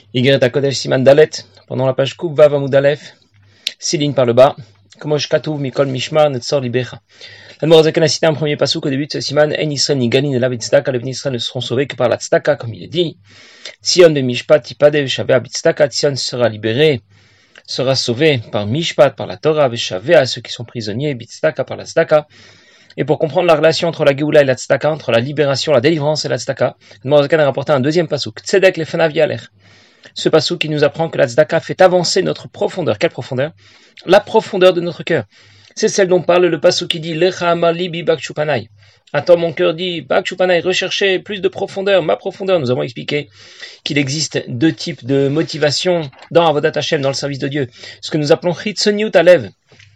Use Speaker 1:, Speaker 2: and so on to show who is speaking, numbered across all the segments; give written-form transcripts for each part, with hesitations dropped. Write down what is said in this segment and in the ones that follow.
Speaker 1: Igret Kodesh Siman Dalet, pendant la page Kouv Vav Amud Aleph, 6 lignes par le bas, Komosh Katouv Mikol Mishmar Netzor Libecha. L'Admorazaken a cité un premier passouk au début de ce Siman, En Israël ni Galin et la Tzedaka, les bénis Israël ne seront sauvés que par la Tzedaka, comme il est dit. Tzion de Mishpat, Tipadev, Shavea Tzedaka, Tzion sera libéré, sera sauvé par Mishpat, par la Torah, Veshavea, ceux qui sont prisonniers, Tzedaka, par la Tzedaka. Et pour comprendre la relation entre la Géoula et la Tzedaka, entre la libération, la délivrance et la Tzedaka, l'Admorazaken a rapporté un deuxième passouk, Tzedek lefanav yalech. Ce passouk qui nous apprend que la Tzedaka fait avancer notre profondeur. Quelle profondeur? La profondeur de notre cœur. C'est celle dont parle le passouk qui dit Lecha amar libi bakshupanai. Attends, mon cœur dit bakshupanai, recherchez plus de profondeur, ma profondeur. Nous avons expliqué qu'il existe deux types de motivation dans Avodat Hashem, dans le service de Dieu. Ce que nous appelons chitzoniut alev.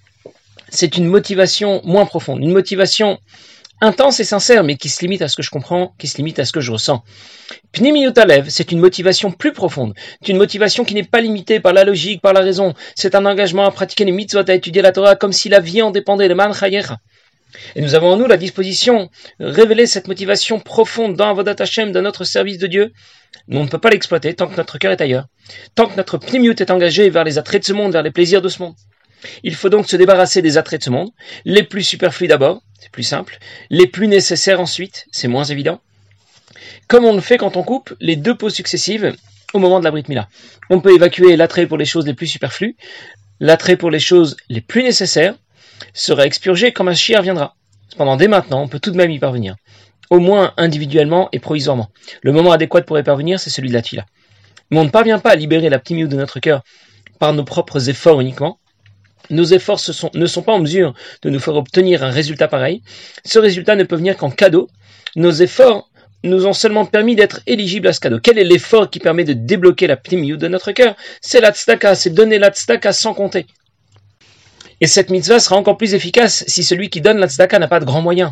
Speaker 1: C'est une motivation moins profonde, une motivation intense et sincère, mais qui se limite à ce que je comprends, qui se limite à ce que je ressens. Pnimiyut alev, c'est une motivation plus profonde, c'est une motivation qui n'est pas limitée par la logique, par la raison. C'est un engagement à pratiquer les mitzvot, à étudier la Torah, comme si la vie en dépendait, le man chayecha. Et nous avons en nous la disposition de révéler cette motivation profonde dans Avodat Hashem, dans notre service de Dieu. Nous on ne peut pas l'exploiter tant que notre cœur est ailleurs, tant que notre pnimiyut est engagé vers les attraits de ce monde, vers les plaisirs de ce monde. Il faut donc se débarrasser des attraits de ce monde, les plus superflus d'abord, c'est plus simple, les plus nécessaires ensuite, c'est moins évident, comme on le fait quand on coupe les deux peaux successives au moment de la Brit Mila. On peut évacuer l'attrait pour les choses les plus superflues, l'attrait pour les choses les plus nécessaires sera expurgé quand Mashiach viendra. Cependant, dès maintenant, on peut tout de même y parvenir, au moins individuellement et provisoirement. Le moment adéquat pour y parvenir, c'est celui de la Tfila. Mais on ne parvient pas à libérer la pnimiyut de notre cœur par nos propres efforts uniquement. Nos efforts ne sont pas en mesure de nous faire obtenir un résultat pareil. Ce résultat ne peut venir qu'en cadeau. Nos efforts nous ont seulement permis d'être éligibles à ce cadeau. Quel est l'effort qui permet de débloquer la pnimiyut de notre cœur? C'est la tzedaka, c'est donner la tzedaka sans compter. Et cette mitzvah sera encore plus efficace si celui qui donne la tzedaka n'a pas de grands moyens.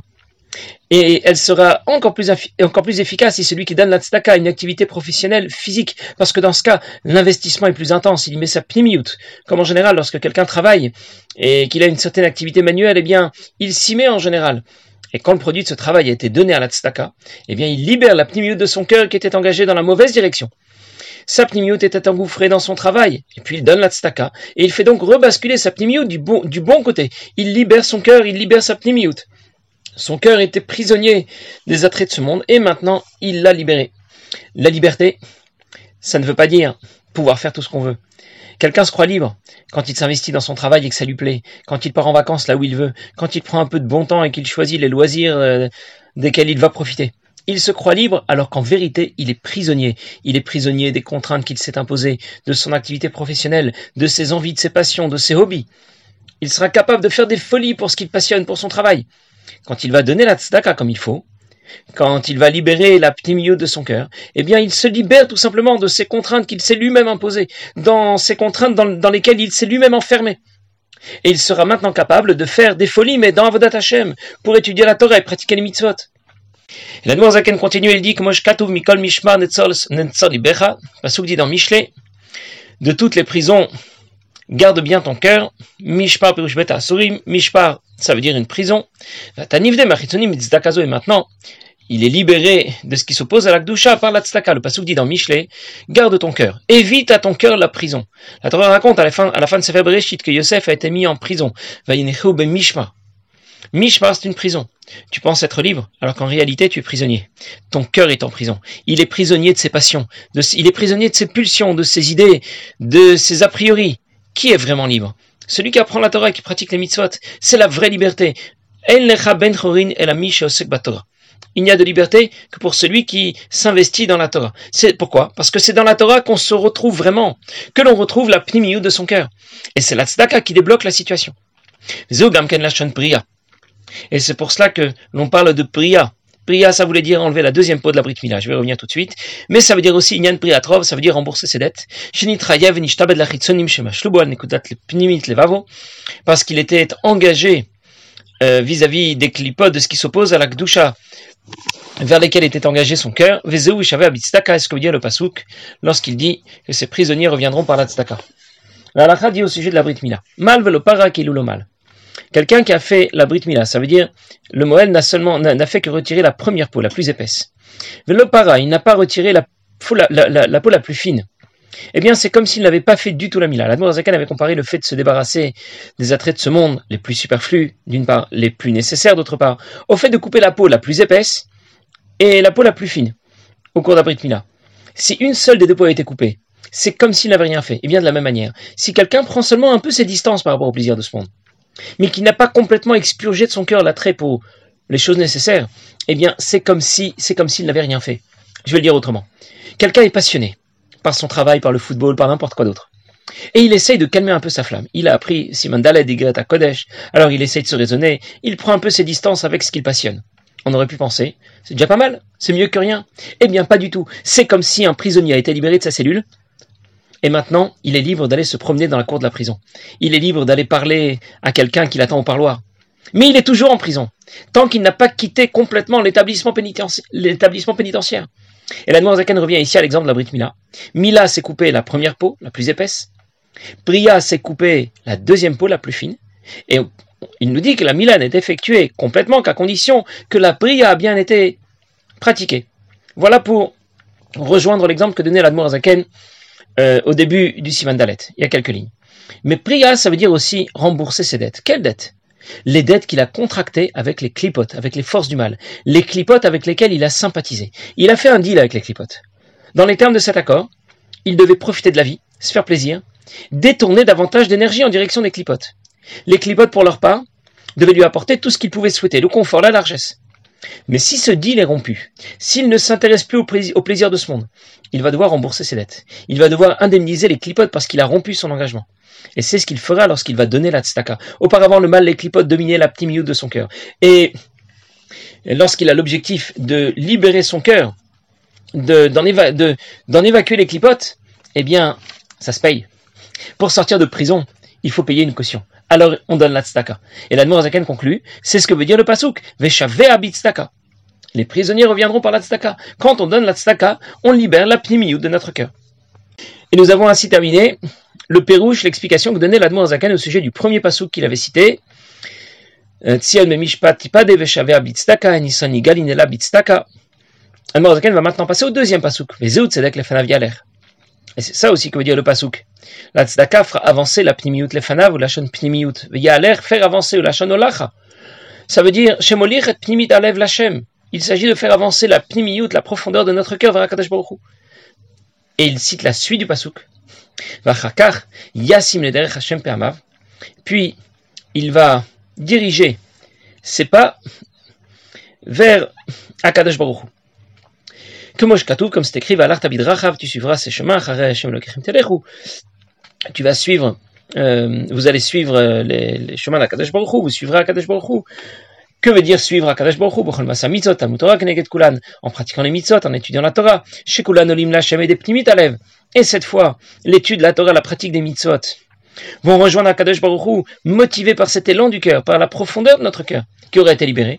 Speaker 1: Et elle sera encore plus efficace si celui qui donne la tzedaka a une activité professionnelle physique, parce que dans ce cas, l'investissement est plus intense, il y met sa pnimiyut. Comme en général, lorsque quelqu'un travaille et qu'il a une certaine activité manuelle, eh bien, il s'y met en général. Et quand le produit de ce travail a été donné à la tzedaka, eh bien, il libère la pnimiyut de son cœur qui était engagé dans la mauvaise direction. Sa pnimiyut était engouffrée dans son travail, et puis il donne la tzedaka, et il fait donc rebasculer sa pnimiyut du bon côté. Il libère son cœur, il libère sa pnimiyut. Son cœur était prisonnier des attraits de ce monde, et maintenant, il l'a libéré. La liberté, ça ne veut pas dire pouvoir faire tout ce qu'on veut. Quelqu'un se croit libre quand il s'investit dans son travail et que ça lui plaît, quand il part en vacances là où il veut, quand il prend un peu de bon temps et qu'il choisit les loisirs desquels il va profiter. Il se croit libre alors qu'en vérité, il est prisonnier. Il est prisonnier des contraintes qu'il s'est imposées, de son activité professionnelle, de ses envies, de ses passions, de ses hobbies. Il sera capable de faire des folies pour ce qu'il passionne, pour son travail. Quand il va donner la tzedaka comme il faut, quand il va libérer la pnimiyut de son cœur, eh bien il se libère tout simplement de ces contraintes qu'il s'est lui-même imposées, dans ces contraintes dans lesquelles il s'est lui-même enfermé. Et il sera maintenant capable de faire des folies, mais dans Avodat Hashem, pour étudier la Torah et pratiquer les mitzvot. Et l'Admorazaken continue, il dit que Mosh Katuv Mikol Mishmar Netzor Libecha, passouk dit dans Mishlei, de toutes les prisons, garde bien ton cœur. Mishpar Pirush Bet Asurim, Mishpar, ça veut dire une prison. Tanivde Machitzonim Tzedakazo, et maintenant, il est libéré de ce qui s'oppose à la Kedusha par la tzedaka. Le passouk dit dans Mishlei, garde ton cœur, évite à ton cœur la prison. La Torah raconte à la fin de Sefer Bereshit que Yosef a été mis en prison. Vayinechu ben Mishpar. Mishpar, c'est une prison. Tu penses être libre, alors qu'en réalité, tu es prisonnier. Ton cœur est en prison. Il est prisonnier de ses passions, il est prisonnier de ses pulsions, de ses idées, de ses a priori. Qui est vraiment libre? Celui qui apprend la Torah et qui pratique les mitzvot. C'est la vraie liberté. Il n'y a de liberté que pour celui qui s'investit dans la Torah. C'est pourquoi? Parce que c'est dans la Torah qu'on se retrouve vraiment, que l'on retrouve la pnimiyut de son cœur. Et c'est la tzedaka qui débloque la situation. Et c'est pour cela que l'on parle de priya. Priya, ça voulait dire enlever la deuxième peau de la Brit Mila. Je vais revenir tout de suite. Mais ça veut dire aussi Inyan Priyatrov, ça veut dire rembourser ses dettes. Parce qu'il était engagé vis-à-vis des clipodes de ce qui s'oppose à la Kedusha, vers lesquels était engagé son cœur. Est-ce que veut dire le passouk lorsqu'il dit que ces prisonniers reviendront par la tzedaka? La halakha dit au sujet de la Brit Mila. Mal velo para kilulo mal. Quelqu'un qui a fait la Brit Mila, ça veut dire le Moël n'a fait que retirer la première peau, la plus épaisse. Velo para, il n'a pas retiré la peau la plus fine. eh bien c'est comme s'il n'avait pas fait du tout la Mila. L'Admour Zaken avait comparé le fait de se débarrasser des attraits de ce monde, les plus superflus, d'une part, les plus nécessaires d'autre part, au fait de couper la peau la plus épaisse et la peau la plus fine, au cours d'un Brit Mila. Si une seule des deux peaux a été coupée, c'est comme s'il n'avait rien fait. Et bien de la même manière, si quelqu'un prend seulement un peu ses distances par rapport au plaisir de ce monde, mais qui n'a pas complètement expurgé de son cœur l'attrait pour les choses nécessaires, eh bien c'est comme s'il n'avait rien fait. Je vais le dire autrement. Quelqu'un est passionné par son travail, par le football, par n'importe quoi d'autre. Et il essaye de calmer un peu sa flamme. Il a appris Siman Dalet Digret à Kodesh, alors il essaye de se raisonner, il prend un peu ses distances avec ce qu'il passionne. On aurait pu penser, c'est déjà pas mal, c'est mieux que rien. Eh bien pas du tout, c'est comme si un prisonnier a été libéré de sa cellule, et maintenant il est libre d'aller se promener dans la cour de la prison. Il est libre d'aller parler à quelqu'un qui l'attend au parloir. Mais il est toujours en prison, tant qu'il n'a pas quitté complètement l'établissement pénitentiaire. Et l'Admour Zaken revient ici à l'exemple de la Brit Mila. Mila s'est coupé la première peau, la plus épaisse. Bria s'est coupé la deuxième peau, la plus fine. Et il nous dit que la Mila n'est effectuée complètement qu'à condition que la Bria a bien été pratiquée. Voilà pour rejoindre l'exemple que donnait l'Admour Zaken au début du Siman Dalet. Il y a quelques lignes. Mais Bria, ça veut dire aussi rembourser ses dettes. Quelles dettes ? Les dettes qu'il a contractées avec les clipotes, avec les forces du mal, les clipotes avec lesquelles il a sympathisé. Il a fait un deal avec les clipotes. Dans les termes de cet accord, il devait profiter de la vie, se faire plaisir, détourner davantage d'énergie en direction des clipotes. Les clipotes, pour leur part, devaient lui apporter tout ce qu'il pouvait souhaiter, le confort, la largesse. Mais si ce deal est rompu, s'il ne s'intéresse plus au plaisir de ce monde, il va devoir rembourser ses dettes. Il va devoir indemniser les clipotes parce qu'il a rompu son engagement. Et c'est ce qu'il fera lorsqu'il va donner la tzedaka. Auparavant, le mal, les clipotes dominaient la petite minute de son cœur. Et lorsqu'il a l'objectif de libérer son cœur, d'en évacuer les clipotes, eh bien, ça se paye. Pour sortir de prison, il faut payer une caution. Alors, on donne la tzedaka. Et l'Admour Zaken conclut, c'est ce que veut dire le pasuk, Veshaveh habit tzedaka. Les prisonniers reviendront par la tzedaka. Quand on donne la tzedaka, on libère la pnimiyut de notre cœur. Et nous avons ainsi terminé le pérouche, l'explication que donnait l'Admour Zaken au sujet du premier pasuk qu'il avait cité. Tzion memishpat tipade veshaveh habit tzedaka, nisoni galinela bit tzedaka. L'Admour Zaken va maintenant passer au deuxième pasuk. Vezeu tzedek lefanav yaler. Et c'est ça aussi que veut dire le pasuk. La tzedaka fera avancer la pnimiyut lefanav ou la shon pnimiyut. Yaler, faire avancer ou la shon olacha. Ça veut dire shemolir et pnimit alev lachem. Il s'agit de faire avancer la pnimiyut, la profondeur de notre cœur vers Akadosh Baruch Hu. Et il cite la suite du pasuk. Vachakar yasim lederech Hashem pe'amav. Puis il va diriger ses pas vers Akadosh Baruch Hu. Comme c'est écrit, tu suivras ses chemins, tu vas suivre, vous allez suivre les chemins d'Akadosh Baruch Hu, vous suivrez Akadosh Baruch Hu. Que veut dire suivre Akadosh Baruch Hu? En pratiquant les mitzvot, en étudiant la Torah. Et cette fois, l'étude de la Torah, la pratique des mitzvot, vont rejoindre Akadosh Baruch Hu, motivés par cet élan du cœur, par la profondeur de notre cœur, qui aurait été libéré.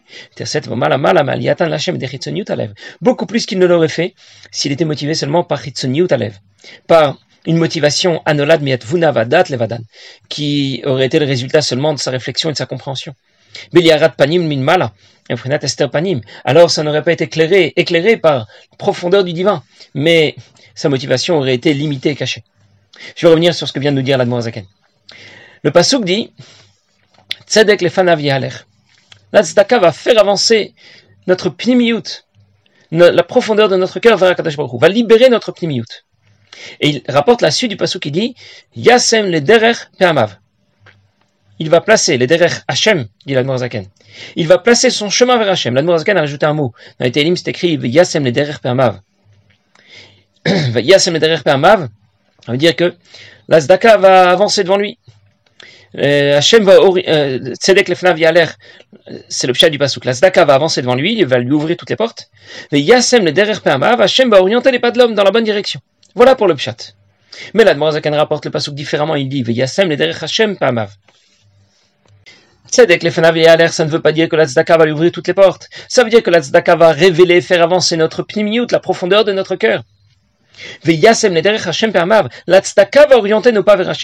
Speaker 1: Beaucoup plus qu'il ne l'aurait fait s'il était motivé seulement par Hitzoniut Alev, par une motivation anolad miat vuna vadat levadan, qui aurait été le résultat seulement de sa réflexion et de sa compréhension. Panim min mala, panim. Alors ça n'aurait pas été éclairé par la profondeur du divin, mais sa motivation aurait été limitée et cachée. Je vais revenir sur ce que vient de nous dire l'Admour Zaken. Le pasuk dit Tzedek lefanav yaler. La tzedaka va faire avancer notre pnimiyut, la profondeur de notre cœur vers Akadosh Baruch Hu, va libérer notre pnimiyut. Et il rapporte la suite du pasuk qui dit Yasem le derech pe'amav. Il va placer les derech Hashem, dit l'Admour Zaken. Il va placer son chemin vers Hashem. L'Admour Zaken a rajouté un mot. Dans les Télim, c'est écrit Yasem le derech pe'amav. Yasem le derech pe'amav. Ça veut dire que la tzedaka va avancer devant lui. Hashem va tzedek lefnav yaler, c'est le pshat du pasuk. La tzedaka va avancer devant lui, il va lui ouvrir toutes les portes. Et Yasem le derer pe'amav, Hashem va orienter les pas de l'homme dans la bonne direction. Voilà pour le pshat. Mais l'Admour Zaken rapporte le pasuk différemment. Il dit Yasem le derer Hashem pe'amav. Tzedek lefnav yaler, ça ne veut pas dire que la tzedaka va lui ouvrir toutes les portes. Ça veut dire que la tzedaka va révéler, faire avancer notre pnimiyut, la profondeur de notre cœur. La tzedaka va orienter nos pas vers Hashem.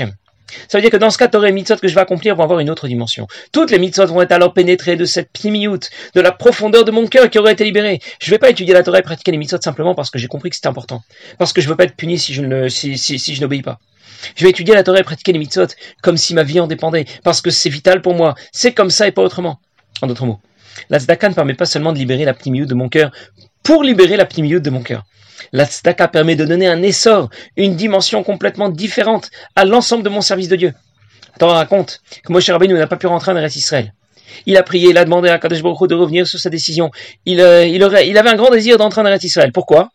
Speaker 1: Ça veut dire que dans ce cas, Torah et mitzvot que je vais accomplir vont avoir une autre dimension. Toutes les mitzvot vont être alors pénétrées de cette pnimiyut, de la profondeur de mon cœur qui aurait été libérée. Je ne vais pas étudier la Torah et pratiquer les mitzvot simplement parce que j'ai compris que c'était important. Parce que je ne veux pas être puni si je n'obéis pas. Je vais étudier la Torah et pratiquer les mitzvot comme si ma vie en dépendait. Parce que c'est vital pour moi. C'est comme ça et pas autrement. En d'autres mots. La tzedaka ne permet pas seulement de libérer la pnimiyut de mon cœur pour libérer la pnimiyut de mon cœur. La tzedaka permet de donner un essor, une dimension complètement différente à l'ensemble de mon service de Dieu. On raconte que Moshe Rabbeinu n'a pas pu rentrer en Eretz Israël. Il a prié, il a demandé à Kadosh Baruch Hu de revenir sur sa décision. Il avait un grand désir d'entrer en Eretz Israël. Pourquoi?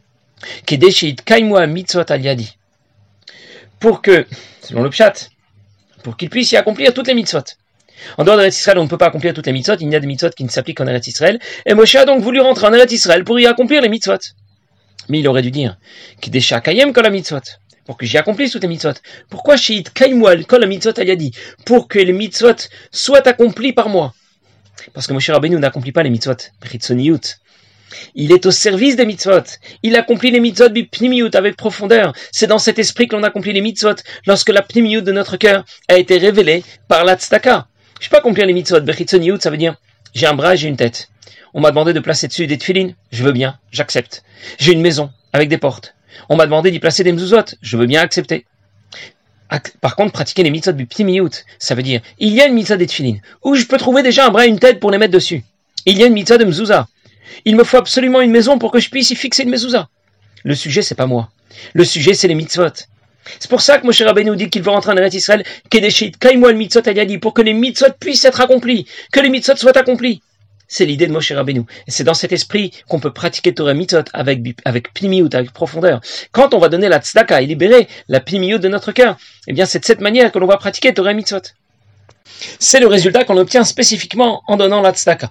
Speaker 1: Pour que, selon le pshat, pour qu'il puisse y accomplir toutes les mitzvot. En dehors d'Eretz Israël, on ne peut pas accomplir toutes les mitzvot. Il y a des mitzvot qui ne s'appliquent qu'en Eretz Israël. Et Moshe a donc voulu rentrer en Eretz Israël pour y accomplir les mitzvot. Mais il aurait dû dire Kidesha Kayem Kol HaMitzvot, pour que j'y accomplisse toutes les mitzvot. Pourquoi Shiit Kaimwal Kol HaMitzvot Ayadi? Pour que les mitzvot soient accomplis par moi. Parce que Moshe Rabbeinu n'accomplit pas les mitzvot. Bechitsoniyut. Il est au service des mitzvot. Il accomplit les mitzvot bipnimiyut avec profondeur. C'est dans cet esprit que l'on accomplit les mitzvot lorsque la pnimiyut de notre cœur a été révélée par la tzedaka. Je peux accomplir les mitzvot. Bechitsoniyut, ça veut dire j'ai un bras et j'ai une tête. On m'a demandé de placer dessus des tefilines, je veux bien, j'accepte. J'ai une maison avec des portes. On m'a demandé d'y placer des mezuzot, je veux bien accepter. Par contre, pratiquer les mitzvot du pnimiyut, ça veut dire, il y a une mitzvah des tefilines, où je peux trouver déjà un bras et une tête pour les mettre dessus. Il y a une mitzvah de mezuzah. Il me faut absolument une maison pour que je puisse y fixer une mezuzah. Le sujet, c'est pas moi. Le sujet, c'est les mitzvot. C'est pour ça que Moshe Rabbeinu dit qu'il veut rentrer en Eretz Israël, Kedeshit Kaimwal Mitzvot Ayadi, pour que les mitzvot puissent être accomplis, que les mitzvot soient accomplis. C'est l'idée de Moshe Rabbeinu. Et c'est dans cet esprit qu'on peut pratiquer Torah Mitzvot avec pnimiyut, avec profondeur. Quand on va donner la tzedaka et libérer la pnimiyut de notre cœur, eh bien c'est de cette manière que l'on va pratiquer Torah Mitzvot. C'est le résultat qu'on obtient spécifiquement en donnant la tzedaka.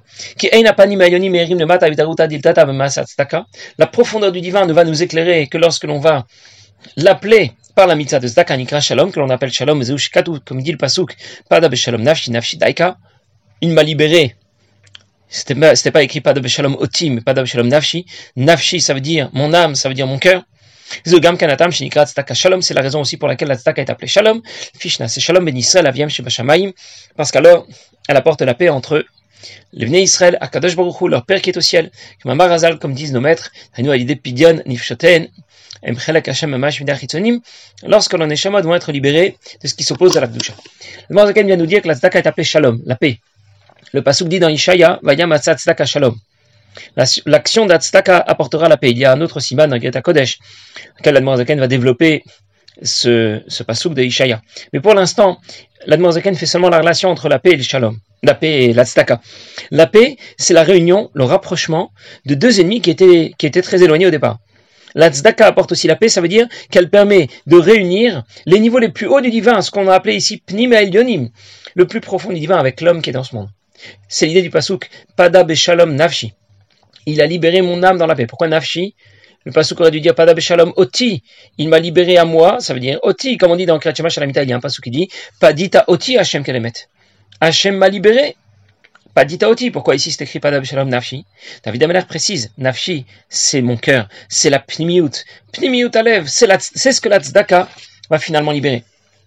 Speaker 1: La profondeur du divin ne va nous éclairer que lorsque l'on va l'appeler par la mitzvah de tzedaka nikra shalom, que l'on appelle shalom, comme dit le pasuk, pada beshalom nafshi nafshi daika. Il m'a libéré. C'était pas écrit Pada Beshalom Oti, mais Pada Beshalom Nafshi. Nafshi, ça veut dire mon âme, ça veut dire mon cœur. Zogam Kanatam, Shinikrat Tzedaka Shalom, c'est la raison aussi pour laquelle la Tzedaka est appelée Shalom. Fishna, c'est Shalom Ben Israël, Aviam Shebashamayim, parce qu'alors, elle apporte la paix entre les Bnei Israël, Akadosh Baruch Hu, leur Père qui est au ciel, comme un marazal, comme disent nos maîtres, Hainu Alide Pidyon, Nifshoten, Emchelak Hashem Mamash Midar Chitzonim, lorsque les Neshamot vont être libérés de ce qui s'oppose à la Kedusha. Le Morazaken vient nous dire que la Tzedaka est appelée Shalom, la paix. Le pasuk dit dans Ishaya, Vayam Atzat Tzedaka Shalom. L'action d'Atzedaka apportera la paix. Il y a un autre siman dans Geta Kodesh, lequel l'Admorazaken va développer ce pasuk de Ishaya. Mais pour l'instant, l'Admorazaken fait seulement la relation entre la paix et le Shalom. La paix et la tzedaka. La paix, c'est la réunion, le rapprochement de deux ennemis qui étaient très éloignés au départ. La tzedaka apporte aussi la paix, ça veut dire qu'elle permet de réunir les niveaux les plus hauts du divin, ce qu'on a appelé ici Pnim et Elyonim, le plus profond du divin avec l'homme qui est dans ce monde. C'est l'idée du pasuk Pada Beshalom Nafshi. Il a libéré mon âme dans la paix. Pourquoi Nafshi? Le pasuk aurait dû dire Pada Beshalom Oti. Il m'a libéré à moi, ça veut dire Oti. Comme on dit dans Kriyat Shema Shalamita, il y a un pasuk qui dit Padita Oti Hashem Kelemet. Hashem m'a libéré. Padita Oti. Pourquoi ici c'est écrit Pada Beshalom Nafshi? David Ameler précise Nafshi, c'est mon cœur, c'est la Pnimiyut. Pnimiyut Alev, c'est ce que la tzedaka va finalement libérer.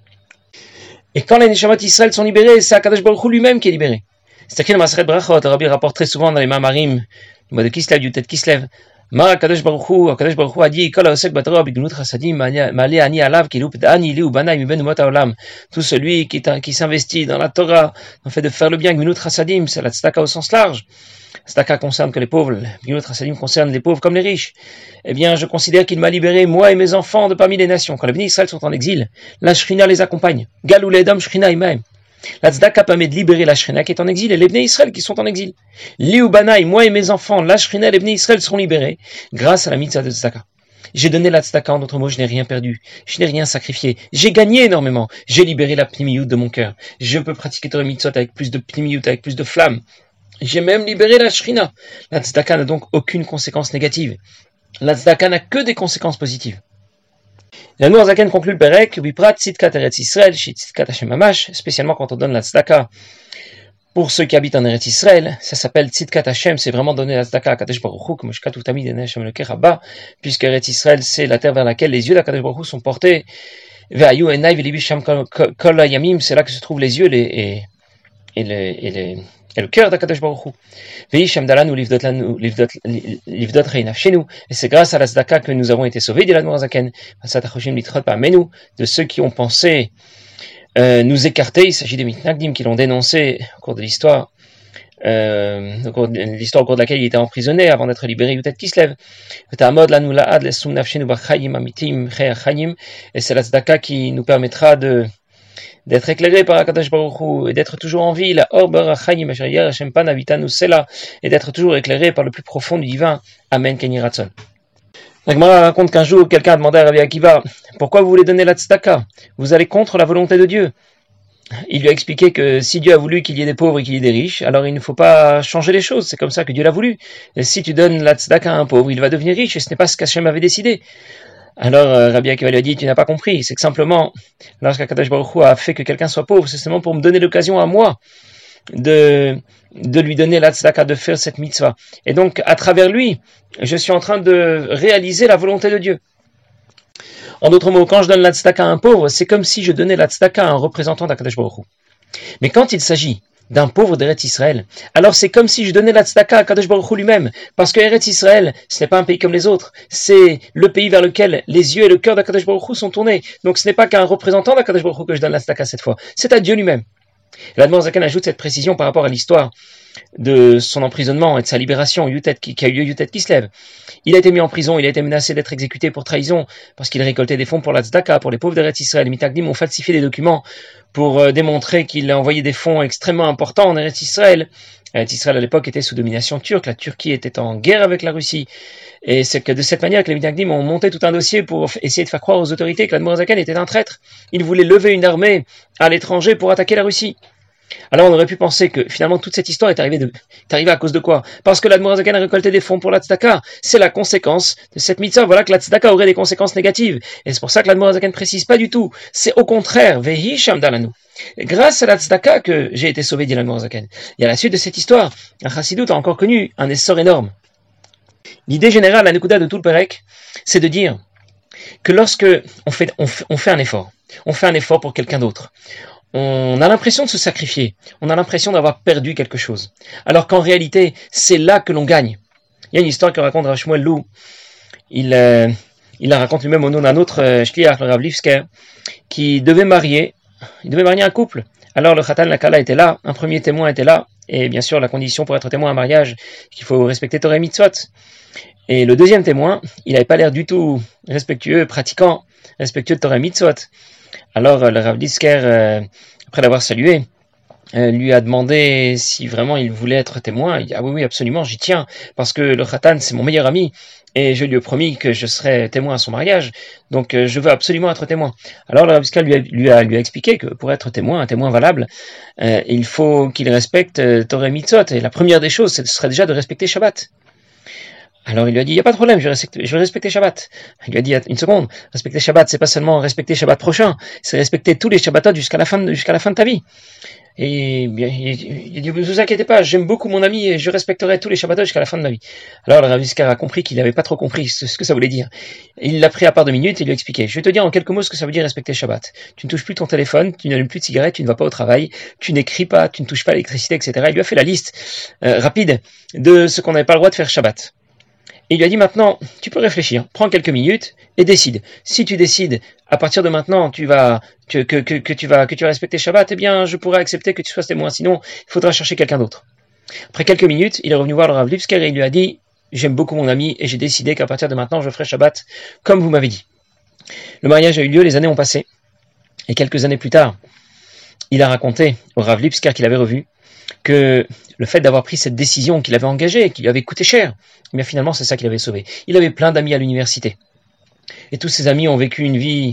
Speaker 1: Et quand les Neshamot Israël sont libérés, c'est Akadosh Baruch Hu lui-même qui est libéré. C'est écrit dans Maseret Brachot, Rabbi rapporte très souvent dans les Mamarim, le mois de Kislev, du Tet Kislev, Mara Akadosh Baruch Hu a dit, Kol haosek batorah bignuut chasadim, malé ani alav, kilup dani liu banai miben umot haolam. Tout celui qui s'investit dans la Torah, en fait de faire le bien, gnuut chasadim, c'est la tzedaka au sens large. Tzedaka concerne que les pauvres, gnuut chasadim concerne les pauvres comme les riches. Eh bien, je considère qu'il m'a libéré, moi et mes enfants, de parmi les nations. Quand les Bnei Israël sont en exil, la Shrina les accompagne. Galou ledam Shrina imaim. La tzedaka permet de libérer la Shrina qui est en exil et les Bnei Israël qui sont en exil. Liu Banaï, moi et mes enfants, la Shrina et les Bnei Israël seront libérés grâce à la mitzvah de tzedaka. J'ai donné la tzedaka, en d'autres mots, je n'ai rien perdu. Je n'ai rien sacrifié. J'ai gagné énormément. J'ai libéré la pnimiyut de mon cœur. Je peux pratiquer Torah mitzvot avec plus de pnimiyut, avec plus de flamme. J'ai même libéré la Shrina. La tzedaka n'a donc aucune conséquence négative. La tzedaka n'a que des conséquences positives. La Noirzaken conclut le Perek, Viprat Tzidkat Eretz Israël, Tzidkat Hashem Mamash, spécialement quand on donne la tzedaka pour ceux qui habitent en Eretz Israël, ça s'appelle Tzidkat Hashem, c'est vraiment donner la tzedaka à Kadosh Baruch Hu, comme Shkatuv Tamid Enei Hashem Elokei Rabba, puisque Eretz Israël, c'est la terre vers laquelle les yeux d'Akadosh Baruch Hu sont portés, Ve'ayu enai velibi sham kol hayamim, c'est là que se trouvent les yeux et le cœur d'Akadosh Baruch Hu. Ve'isham dalanu livdot reina chez nous. Et c'est grâce à la tzedaka que nous avons été sauvés, dit l'Admor Zaken, de ceux qui ont pensé nous écarter. Il s'agit des mitnagdim qui l'ont dénoncé au cours de l'histoire. Au cours de laquelle il était emprisonné avant d'être libéré, Yutet Kislev. Et c'est la tzedaka qui nous permettra d'être éclairé par Akadosh Baruch Hu et d'être toujours en vie, et d'être toujours éclairé par le plus profond du divin. Amen. Kenyi Ratzon. La Gemara raconte qu'un jour, quelqu'un a demandé à Rabbi Akiva, pourquoi vous voulez donner la tzedaka? Vous allez contre la volonté de Dieu. Il lui a expliqué que si Dieu a voulu qu'il y ait des pauvres et qu'il y ait des riches, alors il ne faut pas changer les choses, c'est comme ça que Dieu l'a voulu. Et si tu donnes la tzedaka à un pauvre, il va devenir riche, et ce n'est pas ce qu'Hachem avait décidé. Alors Rabbi Akiva lui a dit, tu n'as pas compris, c'est que simplement, lorsqu'Akadosh Baruch Hu a fait que quelqu'un soit pauvre, c'est seulement pour me donner l'occasion à moi de lui donner la tzedaka, de faire cette mitzvah. Et donc, à travers lui, je suis en train de réaliser la volonté de Dieu. En d'autres mots, quand je donne la tzedaka à un pauvre, c'est comme si je donnais la tzedaka à un représentant d'Akadosh Baruch Hu. Mais quand il s'agit d'un pauvre d'Eretz Israël, alors c'est comme si je donnais la tzedaka à Akadosh Baruch Hu lui-même, parce que Eretz Israël, ce n'est pas un pays comme les autres, c'est le pays vers lequel les yeux et le cœur d'Akadosh Baruch Hu sont tournés. Donc ce n'est pas qu'à un représentant d'Akadosh Baruch Hu que je donne la tzedaka cette fois, c'est à Dieu lui-même. L'Admor Zaken ajoute cette précision par rapport à l'histoire de son emprisonnement et de sa libération qui a eu lieu Yutet Kislev. Il a été mis en prison, il a été menacé d'être exécuté pour trahison parce qu'il récoltait des fonds pour la tzedaka, pour les pauvres d'Eretz Israël. Les mitagdim ont falsifié des documents pour démontrer qu'il a envoyé des fonds extrêmement importants en Eretz Israël. Eretz Israël à l'époque était sous domination turque, la Turquie était en guerre avec la Russie. Et c'est que de cette manière que les mitagdim ont monté tout un dossier pour essayer de faire croire aux autorités que l'Admor Zaken était un traître. Il voulait lever une armée à l'étranger pour attaquer la Russie. Alors on aurait pu penser que finalement toute cette histoire est arrivée à cause de quoi? Parce que l'Admor Zaken a récolté des fonds pour la tzedaka. C'est la conséquence de cette mitzvah. Voilà que la tzedaka aurait des conséquences négatives. Et c'est pour ça que l'Admor Zaken précise pas du tout. C'est au contraire, vehi shamdalanu. Grâce à la tzedaka que j'ai été sauvé, dit l'Admor Zaken. Et à la suite de cette histoire, un chassidut a encore connu un essor énorme. L'idée générale, la nekuda de tout le Perek, c'est de dire que lorsque on fait un effort pour quelqu'un d'autre, on a l'impression de se sacrifier, on a l'impression d'avoir perdu quelque chose, alors qu'en réalité, c'est là que l'on gagne. Il y a une histoire que raconte Rav Shmuel Lou, il la raconte lui-même au nom d'un autre shliach, le Rav Lifsker, qui devait marier un couple. Alors le Khatan, la Kala était là, un premier témoin était là, et bien sûr la condition pour être témoin à un mariage, qu'il faut respecter Torah et Mitzvot. Et le deuxième témoin, il n'avait pas l'air du tout respectueux, pratiquant, respectueux de Torah et Mitzvot. Alors le Rav Lifsker, après l'avoir salué, lui a demandé si vraiment il voulait être témoin. Il dit, ah oui, absolument, j'y tiens, parce que le Khatan, c'est mon meilleur ami, et je lui ai promis que je serais témoin à son mariage, donc je veux absolument être témoin. Alors le Rav Lifsker lui a expliqué que pour être témoin, un témoin valable, il faut qu'il respecte Torah et Mitzvot, et la première des choses, ce serait déjà de respecter Shabbat. Alors il lui a dit, il n'y a pas de problème, je vais respecter Shabbat. Il lui a dit, une seconde, respecter Shabbat, c'est pas seulement respecter Shabbat prochain, c'est respecter tous les Shabbatot jusqu'à la fin de ta vie. Et bien, il dit, ne vous inquiétez pas, j'aime beaucoup mon ami et je respecterai tous les Shabbatot jusqu'à la fin de ma vie. Alors le Rav Lifsker a compris qu'il n'avait pas trop compris ce que ça voulait dire. Il l'a pris à part 2 minutes et lui a expliqué. Je vais te dire en quelques mots ce que ça veut dire respecter Shabbat. Tu ne touches plus ton téléphone, tu n'allumes plus de cigarettes, tu ne vas pas au travail, tu n'écris pas, tu ne touches pas à l'électricité, etc. Il lui a fait la liste rapide de ce qu'on n'avait pas le droit de faire Shabbat. Il lui a dit maintenant, tu peux réfléchir, prends quelques minutes et décide. Si tu décides, à partir de maintenant, que tu vas respecter Shabbat, eh bien, je pourrais accepter que tu sois témoin. Sinon, il faudra chercher quelqu'un d'autre. Après quelques minutes, il est revenu voir le Rav Lifsker et il lui a dit, j'aime beaucoup mon ami et j'ai décidé qu'à partir de maintenant, je ferai Shabbat comme vous m'avez dit. Le mariage a eu lieu, les années ont passé. Et quelques années plus tard, il a raconté au Rav Lifsker qu'il avait revu que le fait d'avoir pris cette décision qu'il avait engagée, qui lui avait coûté cher, eh bien finalement c'est ça qui l'avait sauvé. Il avait plein d'amis à l'université. Et tous ses amis ont vécu une vie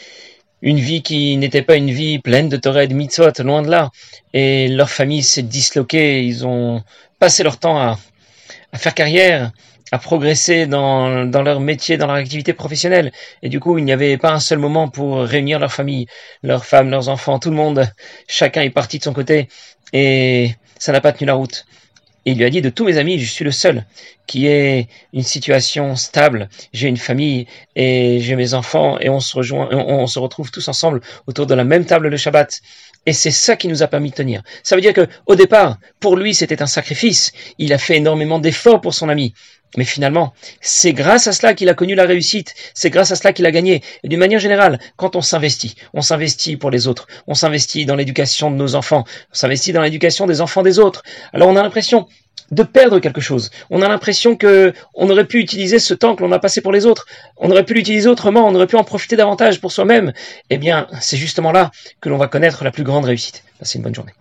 Speaker 1: qui n'était pas une vie pleine de Torah et de Mitzvot, loin de là. Et leur famille s'est disloquée, ils ont passé leur temps à faire carrière, à progresser dans leur métier, dans leur activité professionnelle. Et du coup, il n'y avait pas un seul moment pour réunir leur famille, leurs femmes, leurs enfants, tout le monde, chacun est parti de son côté et ça n'a pas tenu la route. Et il lui a dit, de tous mes amis, je suis le seul qui ait une situation stable. J'ai une famille et j'ai mes enfants et on se retrouve tous ensemble autour de la même table le Shabbat. Et c'est ça qui nous a permis de tenir. Ça veut dire que, au départ, pour lui, c'était un sacrifice. Il a fait énormément d'efforts pour son ami. Mais finalement, c'est grâce à cela qu'il a connu la réussite. C'est grâce à cela qu'il a gagné. Et d'une manière générale, quand on s'investit pour les autres. On s'investit dans l'éducation de nos enfants. On s'investit dans l'éducation des enfants des autres. Alors on a l'impression de perdre quelque chose. On a l'impression que on aurait pu utiliser ce temps que l'on a passé pour les autres. On aurait pu l'utiliser autrement. On aurait pu en profiter davantage pour soi-même. Eh bien, c'est justement là que l'on va connaître la plus grande réussite. Passez une bonne journée.